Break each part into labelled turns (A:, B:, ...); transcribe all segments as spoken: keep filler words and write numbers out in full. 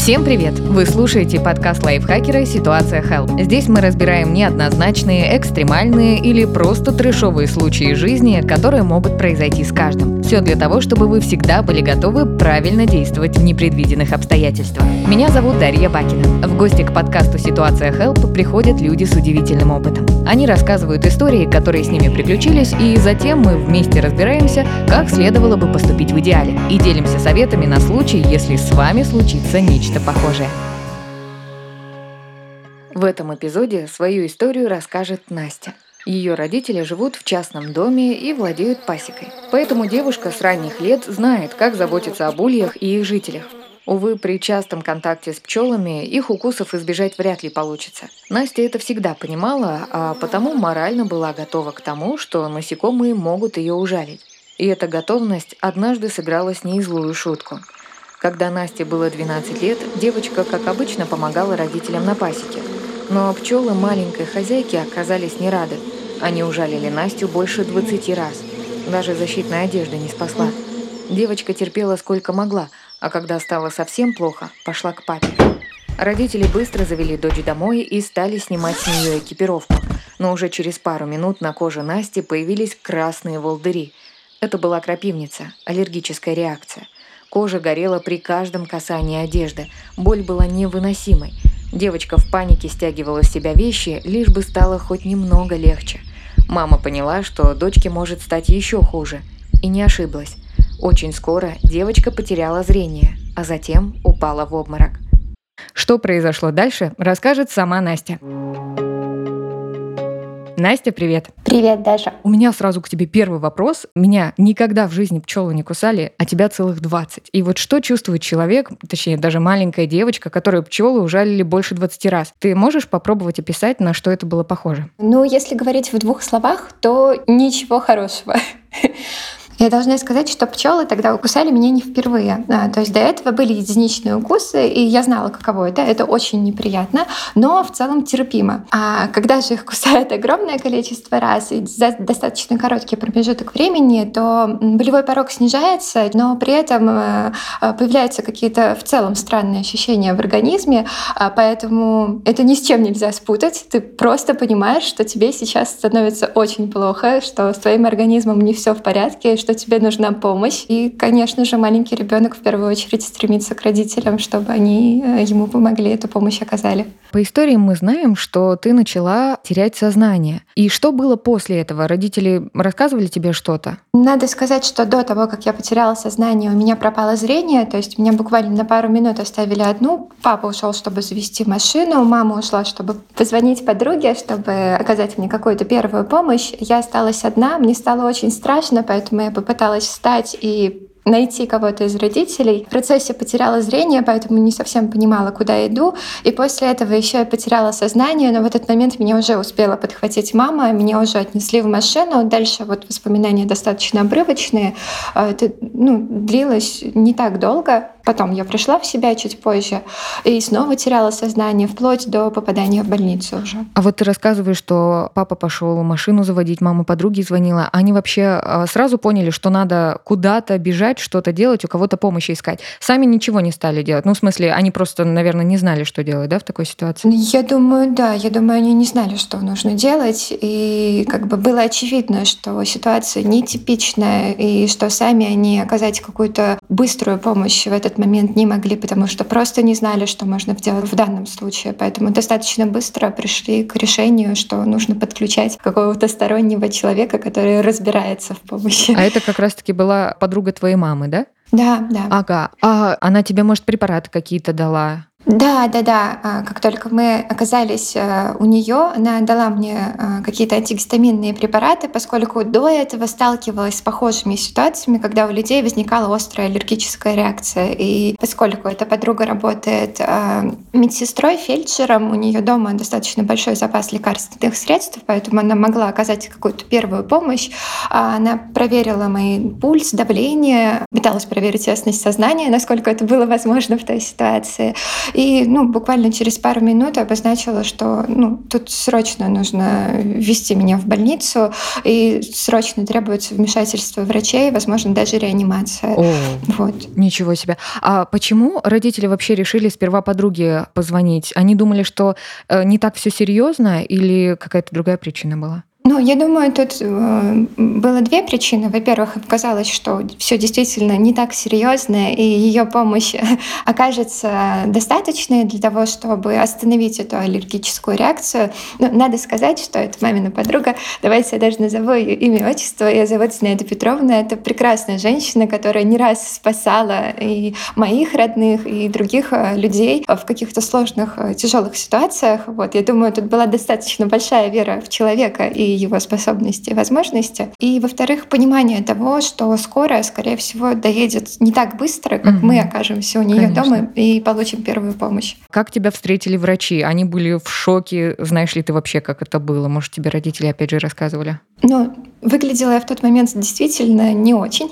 A: Всем привет! Вы слушаете подкаст лайфхакера «Ситуация Health». Здесь мы разбираем неоднозначные, экстремальные или просто трэшовые случаи жизни, которые могут произойти с каждым. Все для того, чтобы вы всегда были готовы правильно действовать в непредвиденных обстоятельствах. Меня зовут Дарья Бакина. В гости к подкасту «Ситуация Health» приходят люди с удивительным опытом. Они рассказывают истории, которые с ними приключились, и затем мы вместе разбираемся, как следовало бы поступить в идеале, и делимся советами на случай, если с вами случится нечто похожее. В этом эпизоде свою историю расскажет Настя. Ее родители живут в частном доме и владеют пасекой. Поэтому девушка с ранних лет знает, как заботиться об ульях и их жителях. Увы, при частом контакте с пчелами их укусов избежать вряд ли получится. Настя это всегда понимала, а потому морально была готова к тому, что насекомые могут ее ужалить. И эта готовность однажды сыграла с ней злую шутку. Когда Насте было двенадцать лет, девочка, как обычно, помогала родителям на пасеке. Но пчелы маленькой хозяйки оказались не рады. Они ужалили Настю больше двадцати раз. Даже защитная одежда не спасла. Девочка терпела сколько могла, а когда стало совсем плохо, пошла к папе. Родители быстро завели дочь домой и стали снимать с нее экипировку. Но уже через пару минут на коже Насти появились красные волдыри. Это была крапивница, аллергическая реакция. Кожа горела при каждом касании одежды. Боль была невыносимой. Девочка в панике стягивала с себя вещи, лишь бы стало хоть немного легче. Мама поняла, что дочке может стать еще хуже. И не ошиблась. Очень скоро девочка потеряла зрение, а затем упала в обморок. Что произошло дальше, расскажет сама Настя. Настя, привет.
B: Привет, Даша.
A: У меня сразу к тебе первый вопрос. Меня никогда в жизни пчелы не кусали, а тебя целых двадцать. И вот что чувствует человек, точнее даже маленькая девочка, которую пчелы ужалили больше двадцати раз? Ты можешь попробовать описать, на что это было похоже?
B: Ну, если говорить в двух словах, то ничего хорошего. Я должна сказать, что пчелы тогда укусали меня не впервые. А, то есть до этого были единичные укусы, и я знала, каково это. Это очень неприятно, но в целом терпимо. А когда же их кусают огромное количество раз и за достаточно короткий промежуток времени, то болевой порог снижается, но при этом появляются какие-то в целом странные ощущения в организме, поэтому это ни с чем нельзя спутать. Ты просто понимаешь, что тебе сейчас становится очень плохо, что с твоим организмом не все в порядке, что тебе нужна помощь. И, конечно же, маленький ребенок в первую очередь стремится к родителям, чтобы они ему помогли, эту помощь оказали.
A: По истории мы знаем, что ты начала терять сознание. И что было после этого? Родители рассказывали тебе что-то?
B: Надо сказать, что до того, как я потеряла сознание, у меня пропало зрение, то есть меня буквально на пару минут оставили одну. Папа ушел, чтобы завести машину, мама ушла, чтобы позвонить подруге, чтобы оказать мне какую-то первую помощь. Я осталась одна, мне стало очень страшно, поэтому я попыталась встать и найти кого-то из родителей. В процессе потеряла зрение, поэтому не совсем понимала, куда иду. И после этого еще я потеряла сознание, но в этот момент меня уже успела подхватить мама, меня уже отнесли в машину. Дальше вот воспоминания достаточно обрывочные. Это ну, длилось не так долго. Потом я пришла в себя чуть позже и снова теряла сознание, вплоть до попадания в больницу уже.
A: А вот ты рассказываешь, что папа пошел машину заводить, мама подруге звонила. Они вообще сразу поняли, что надо куда-то бежать, что-то делать, у кого-то помощи искать. Сами ничего не стали делать. Ну, в смысле, они просто, наверное, не знали, что делать, да, в такой ситуации?
B: Я думаю, да. Я думаю, они не знали, что нужно делать. И как бы было очевидно, что ситуация нетипичная, и что сами они оказать какую-то быструю помощь в этот момент не могли, потому что просто не знали, что можно сделать в данном случае. Поэтому достаточно быстро пришли к решению, что нужно подключать какого-то стороннего человека, который разбирается в помощи.
A: А это как раз-таки была подруга твоей мамы, да?
B: Да, да.
A: Ага. А она тебе, может, препараты какие-то дала?
B: Да, да, да. Как только мы оказались у нее, она дала мне какие-то антигистаминные препараты, поскольку до этого сталкивалась с похожими ситуациями, когда у людей возникала острая аллергическая реакция. И поскольку эта подруга работает медсестрой, фельдшером, у нее дома достаточно большой запас лекарственных средств, поэтому она могла оказать какую-то первую помощь. Она проверила мой пульс, давление, пыталась проверить ясность сознания, насколько это было возможно в той ситуации. И ну, буквально через пару минут обозначила, что ну, тут срочно нужно ввести меня в больницу, и срочно требуется вмешательство врачей, возможно, даже реанимация.
A: О,
B: Вот.
A: ничего себе. А почему родители вообще решили сперва подруге позвонить? Они думали, что э, не так все серьезно, или какая-то другая причина была?
B: Ну, я думаю, тут э, было две причины. Во-первых, им казалось, что все действительно не так серьезно, и ее помощь окажется достаточной для того, чтобы остановить эту аллергическую реакцию. Но надо сказать, что это мамина подруга. Давайте я даже назову ее имя, отчество. Ее зовут Зинаида Петровна. Это прекрасная женщина, которая не раз спасала и моих родных, и других э, людей в каких-то сложных, э, тяжелых ситуациях. Вот. Я думаю, тут была достаточно большая вера в человека и его способности и возможности. И, во-вторых, понимание того, что скорая, скорее всего, доедет не так быстро, как угу. мы окажемся у нее дома и получим первую помощь.
A: Как тебя встретили врачи? Они были в шоке. Знаешь ли ты вообще, как это было? Может, тебе родители опять же рассказывали?
B: Ну, выглядела я в тот момент действительно не очень.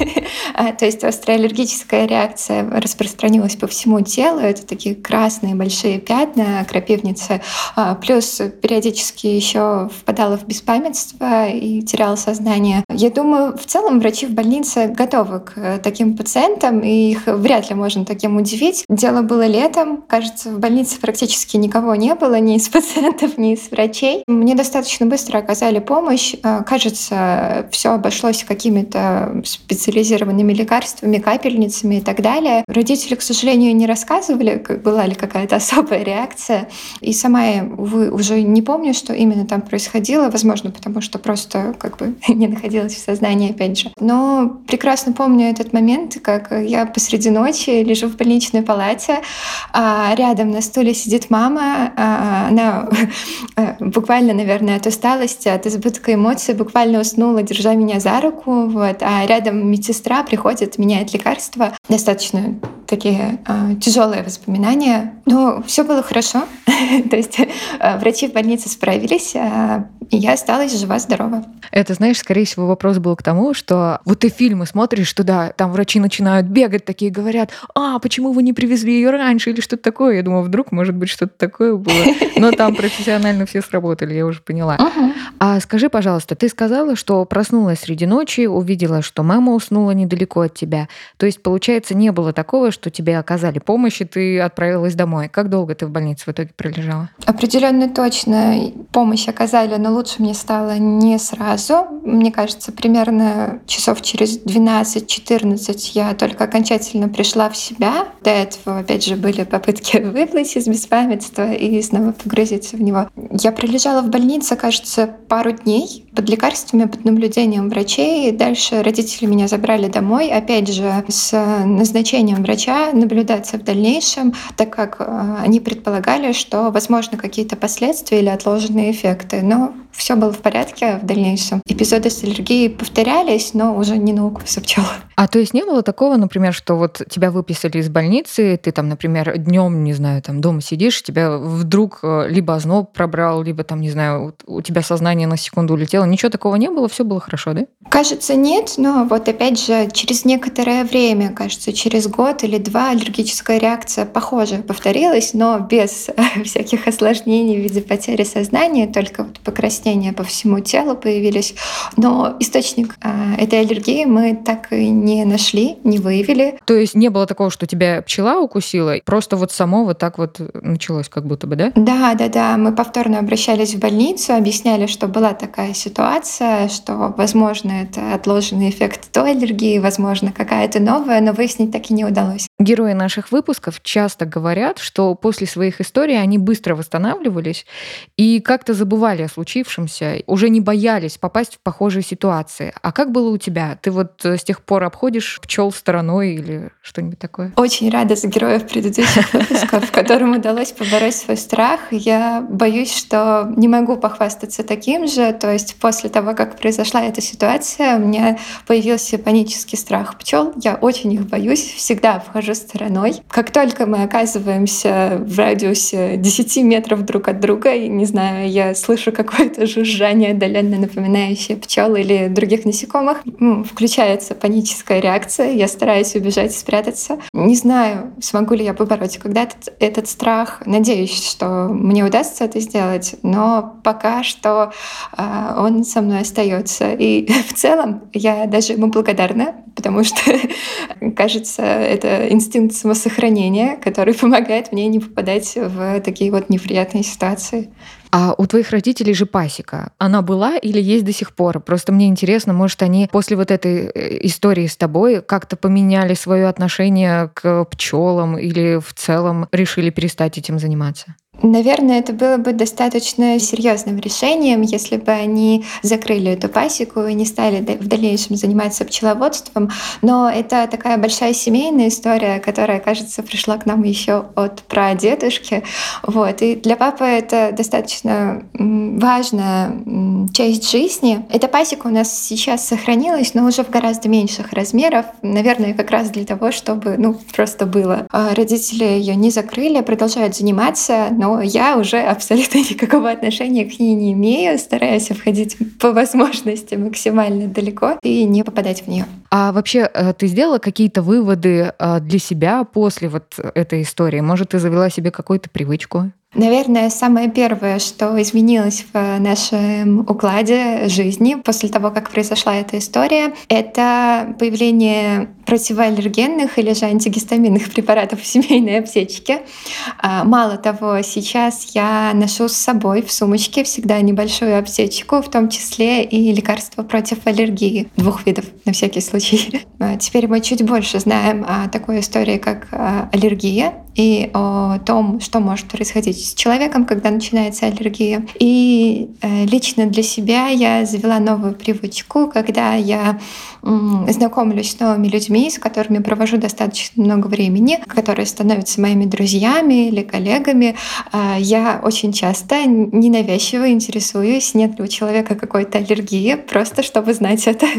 B: То есть острая аллергическая реакция распространилась по всему телу. Это такие красные большие пятна, крапивницы. Плюс периодически еще впадала в беспамятство и теряла сознание. Я думаю, в целом врачи в больнице готовы к таким пациентам, и их вряд ли можно таким удивить. Дело было летом. Кажется, в больнице практически никого не было, ни из пациентов, ни из врачей. Мне достаточно быстро оказали помощь. Кажется, все обошлось какими-то специализированными лекарствами, капельницами и так далее. Родители, к сожалению, не рассказывали, была ли какая-то особая реакция. И сама я, увы, уже не помню, что именно там происходило. Возможно, потому что просто как бы не находилась в сознании, опять же. Но прекрасно помню этот момент, как я посреди ночи лежу в больничной палате, а рядом на стуле сидит мама. А она буквально, наверное, от усталости, от избытка эмоций буквально уснула, держа меня за руку. Вот. А рядом медсестра приходит, меняет лекарства. Достаточно такие э, тяжелые воспоминания. Но все было хорошо. То есть э, врачи в больнице справились, э, и я осталась жива-здорова.
A: Это, знаешь, скорее всего, вопрос был к тому, что вот ты фильмы смотришь туда, там врачи начинают бегать, такие говорят: а, почему вы не привезли ее раньше, или что-то такое. Я думаю, вдруг, может быть, что-то такое было. Но там профессионально все сработали, я уже поняла.
B: Uh-huh.
A: А скажи, пожалуйста, ты сказала, что проснулась среди ночи, увидела, что мама уснула недалеко от тебя. То есть, получается, не было такого, что тебе оказали помощь, и ты отправилась домой. Как долго ты в больнице в итоге пролежала?
B: Определенно точно помощь оказали, но лучше мне стало не сразу. Мне кажется, примерно часов через двенадцать-четырнадцать я только окончательно пришла в себя. До этого, опять же, были попытки выплыть из беспамятства и снова погрузиться в него. Я пролежала в больнице, кажется, пару дней под лекарствами, под наблюдением врачей. Дальше родители меня забрали домой, опять же, с назначением врача наблюдаться в дальнейшем, так как они предполагали, что возможно какие-то последствия или отложенные эффекты. Но все было в порядке в дальнейшем. Эпизоды с аллергией повторялись, но уже не на укусы пчел.
A: А то есть не было такого, например, что вот тебя выписали из больницы, ты там, например, днем, не знаю, там дома сидишь, тебя вдруг либо озноб пробрал, либо там, не знаю, у тебя сознание на секунду улетело. Ничего такого не было, все было хорошо, да?
B: Кажется, нет, но вот опять же, через некоторое время, кажется, через год или два аллергическая реакция похожая повторилась, но без всяких осложнений в виде потери сознания, только вот покраснения по всему телу появились. Но источник этой аллергии мы так и не нашли, не выявили.
A: То есть не было такого, что тебя пчела укусила, просто вот само вот так вот началось как будто бы, да?
B: Да, да, да. Мы повторно обращались в больницу, объясняли, что была такая ситуация, что, возможно, это отложенный эффект той аллергии, возможно, какая-то новая, но выяснить так и не удалось.
A: Герои наших выпусков часто говорят, что после своих историй они быстро восстанавливались и как-то забывали о случившемся, уже не боялись попасть в похожие ситуации. А как было у тебя? Ты вот с тех пор обходишь пчел стороной или что-нибудь такое?
B: Очень рада за героев предыдущих выпусков, которым удалось побороть свой страх. Я боюсь, что не могу похвастаться таким же. То есть после того, как произошла эта ситуация, у меня появился панический страх пчел. Я очень их боюсь, всегда вхожу обхожу стороной. Как только мы оказываемся в радиусе десяти метров друг от друга, и, не знаю, я слышу какое-то жужжание, отдаленно напоминающее пчел или других насекомых, включается паническая реакция, я стараюсь убежать и спрятаться. Не знаю, смогу ли я побороть когда-то этот страх. Надеюсь, что мне удастся это сделать, но пока что э, он со мной остается. И в целом я даже ему благодарна, потому что, кажется, это инстинкт самосохранения, который помогает мне не попадать в такие вот неприятные ситуации.
A: А у твоих родителей же пасека. Она была или есть до сих пор? Просто мне интересно, может, они после вот этой истории с тобой как-то поменяли свое отношение к пчелам или в целом решили перестать этим заниматься?
B: Наверное, это было бы достаточно серьезным решением, если бы они закрыли эту пасеку и не стали в дальнейшем заниматься пчеловодством. Но это такая большая семейная история, которая, кажется, пришла к нам еще от прадедушки. Вот. И для папы это достаточно важная часть жизни. Эта пасека у нас сейчас сохранилась, но уже в гораздо меньших размерах. Наверное, как раз для того, чтобы ну, просто было. Родители ее не закрыли, продолжают заниматься, но но я уже абсолютно никакого отношения к ней не имею, стараюсь обходить по возможности максимально далеко и не попадать в нее.
A: А вообще ты сделала какие-то выводы для себя после вот этой истории? Может, ты завела себе какую-то привычку?
B: Наверное, самое первое, что изменилось в нашем укладе жизни после того, как произошла эта история, это появление противоаллергенных или же антигистаминных препаратов в семейной аптечке. Мало того, сейчас я ношу с собой в сумочке всегда небольшую аптечку, в том числе и лекарства против аллергии двух видов, на всякий случай. Теперь мы чуть больше знаем о такой истории, как аллергия, и о том, что может происходить с человеком, когда начинается аллергия. И э, лично для себя я завела новую привычку, когда я м, знакомлюсь с новыми людьми, с которыми провожу достаточно много времени, которые становятся моими друзьями или коллегами. Э, я очень часто ненавязчиво интересуюсь, нет ли у человека какой-то аллергии, просто чтобы знать это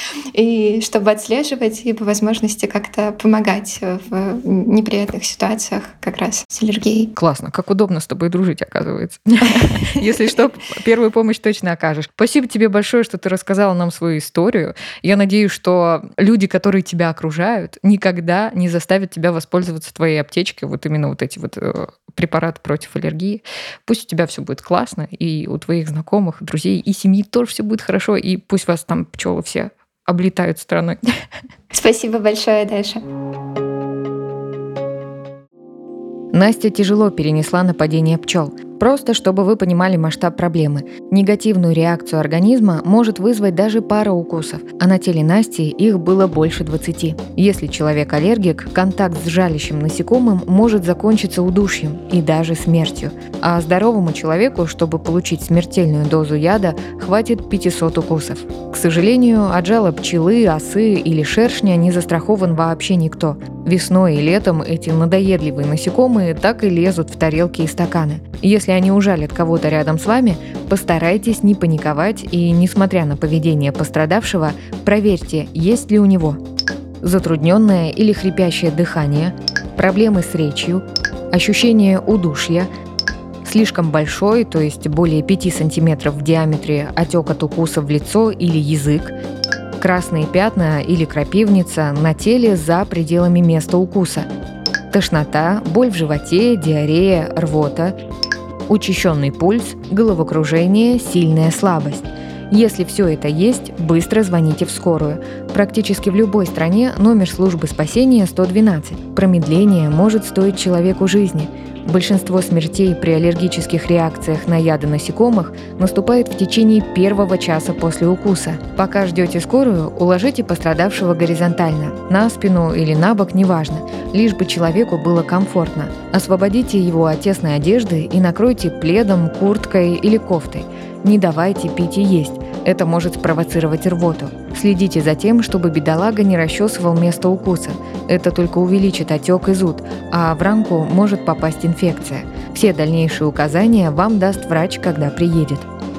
B: и чтобы отслеживать и по возможности как-то помогать в неприятных ситуациях как раз с аллергией.
A: Классно, как удобно с тобой дружить, оказывается. Если что, первую помощь точно окажешь. Спасибо тебе большое, что ты рассказала нам свою историю. Я надеюсь, что люди, которые тебя окружают, никогда не заставят тебя воспользоваться твоей аптечкой, вот именно вот эти вот препараты против аллергии. Пусть у тебя все будет классно, и у твоих знакомых, друзей и семьи тоже все будет хорошо, и пусть вас там пчелы все облетают страной.
B: Спасибо большое, Даша.
A: Настя тяжело перенесла нападение пчел. Просто чтобы вы понимали масштаб проблемы. Негативную реакцию организма может вызвать даже пара укусов, а на теле Насти их было больше двадцати. Если человек аллергик, контакт с жалящим насекомым может закончиться удушьем и даже смертью. А здоровому человеку, чтобы получить смертельную дозу яда, хватит пятисот укусов. К сожалению, от жала пчелы, осы или шершня не застрахован вообще никто. Весной и летом эти надоедливые насекомые так и лезут в тарелки и стаканы. Если они ужалят кого-то рядом с вами, постарайтесь не паниковать и, несмотря на поведение пострадавшего, проверьте, есть ли у него затрудненное или хрипящее дыхание, проблемы с речью, ощущение удушья, слишком большой, то есть более пяти сантиметров в диаметре, отек от укуса в лицо или язык, красные пятна или крапивница на теле за пределами места укуса, тошнота, боль в животе, диарея, рвота, учащенный пульс, головокружение, сильная слабость. Если все это есть, быстро звоните в скорую. Практически в любой стране номер службы спасения сто двенадцать. Промедление может стоить человеку жизни. Большинство смертей при аллергических реакциях на яды насекомых наступает в течение первого часа после укуса. Пока ждете скорую, уложите пострадавшего горизонтально, на спину или на бок, неважно, лишь бы человеку было комфортно. Освободите его от тесной одежды и накройте пледом, курткой или кофтой. Не давайте пить и есть. Это может спровоцировать рвоту. Следите за тем, чтобы бедолага не расчесывал место укуса. Это только увеличит отек и зуд, а в ранку может попасть инфекция. Все дальнейшие указания вам даст врач, когда приедет.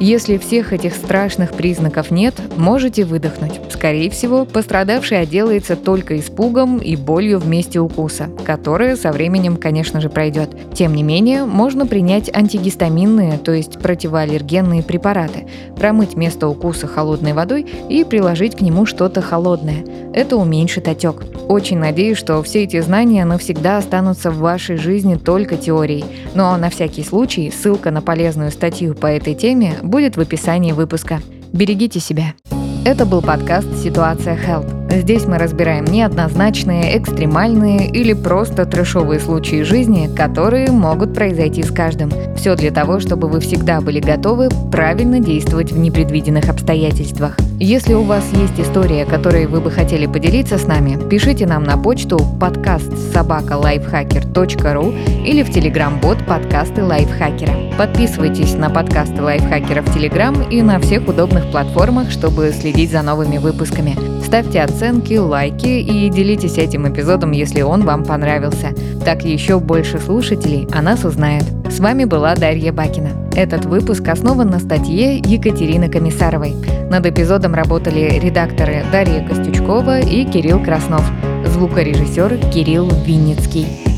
A: Если всех этих страшных признаков нет, можете выдохнуть. Скорее всего, пострадавший отделается только испугом и болью в месте укуса, которая со временем, конечно же, пройдет. Тем не менее, можно принять антигистаминные, то есть противоаллергенные препараты, промыть место укуса холодной водой и приложить к нему что-то холодное. Это уменьшит отек. Очень надеюсь, что все эти знания навсегда останутся в вашей жизни только теорией. Но на всякий случай ссылка на полезную статью по этой теме будет в описании выпуска. Берегите себя. Это был подкаст «Ситуация Health». Здесь мы разбираем неоднозначные, экстремальные или просто трэшовые случаи жизни, которые могут произойти с каждым. Все для того, чтобы вы всегда были готовы правильно действовать в непредвиденных обстоятельствах. Если у вас есть история, которой вы бы хотели поделиться с нами, пишите нам на почту подкаст собака лайфхакер точка ру или в телеграм-бот подкасты лайфхакера. Подписывайтесь на подкасты лайфхакера в Телеграм и на всех удобных платформах, чтобы следить за новыми выпусками. Ставьте оценки, лайки и делитесь этим эпизодом, если он вам понравился. Так еще больше слушателей о нас узнают. С вами была Дарья Бакина. Этот выпуск основан на статье Екатерины Комиссаровой. Над эпизодом работали редакторы Дарья Костючкова и Кирилл Краснов, звукорежиссер Кирилл Винницкий.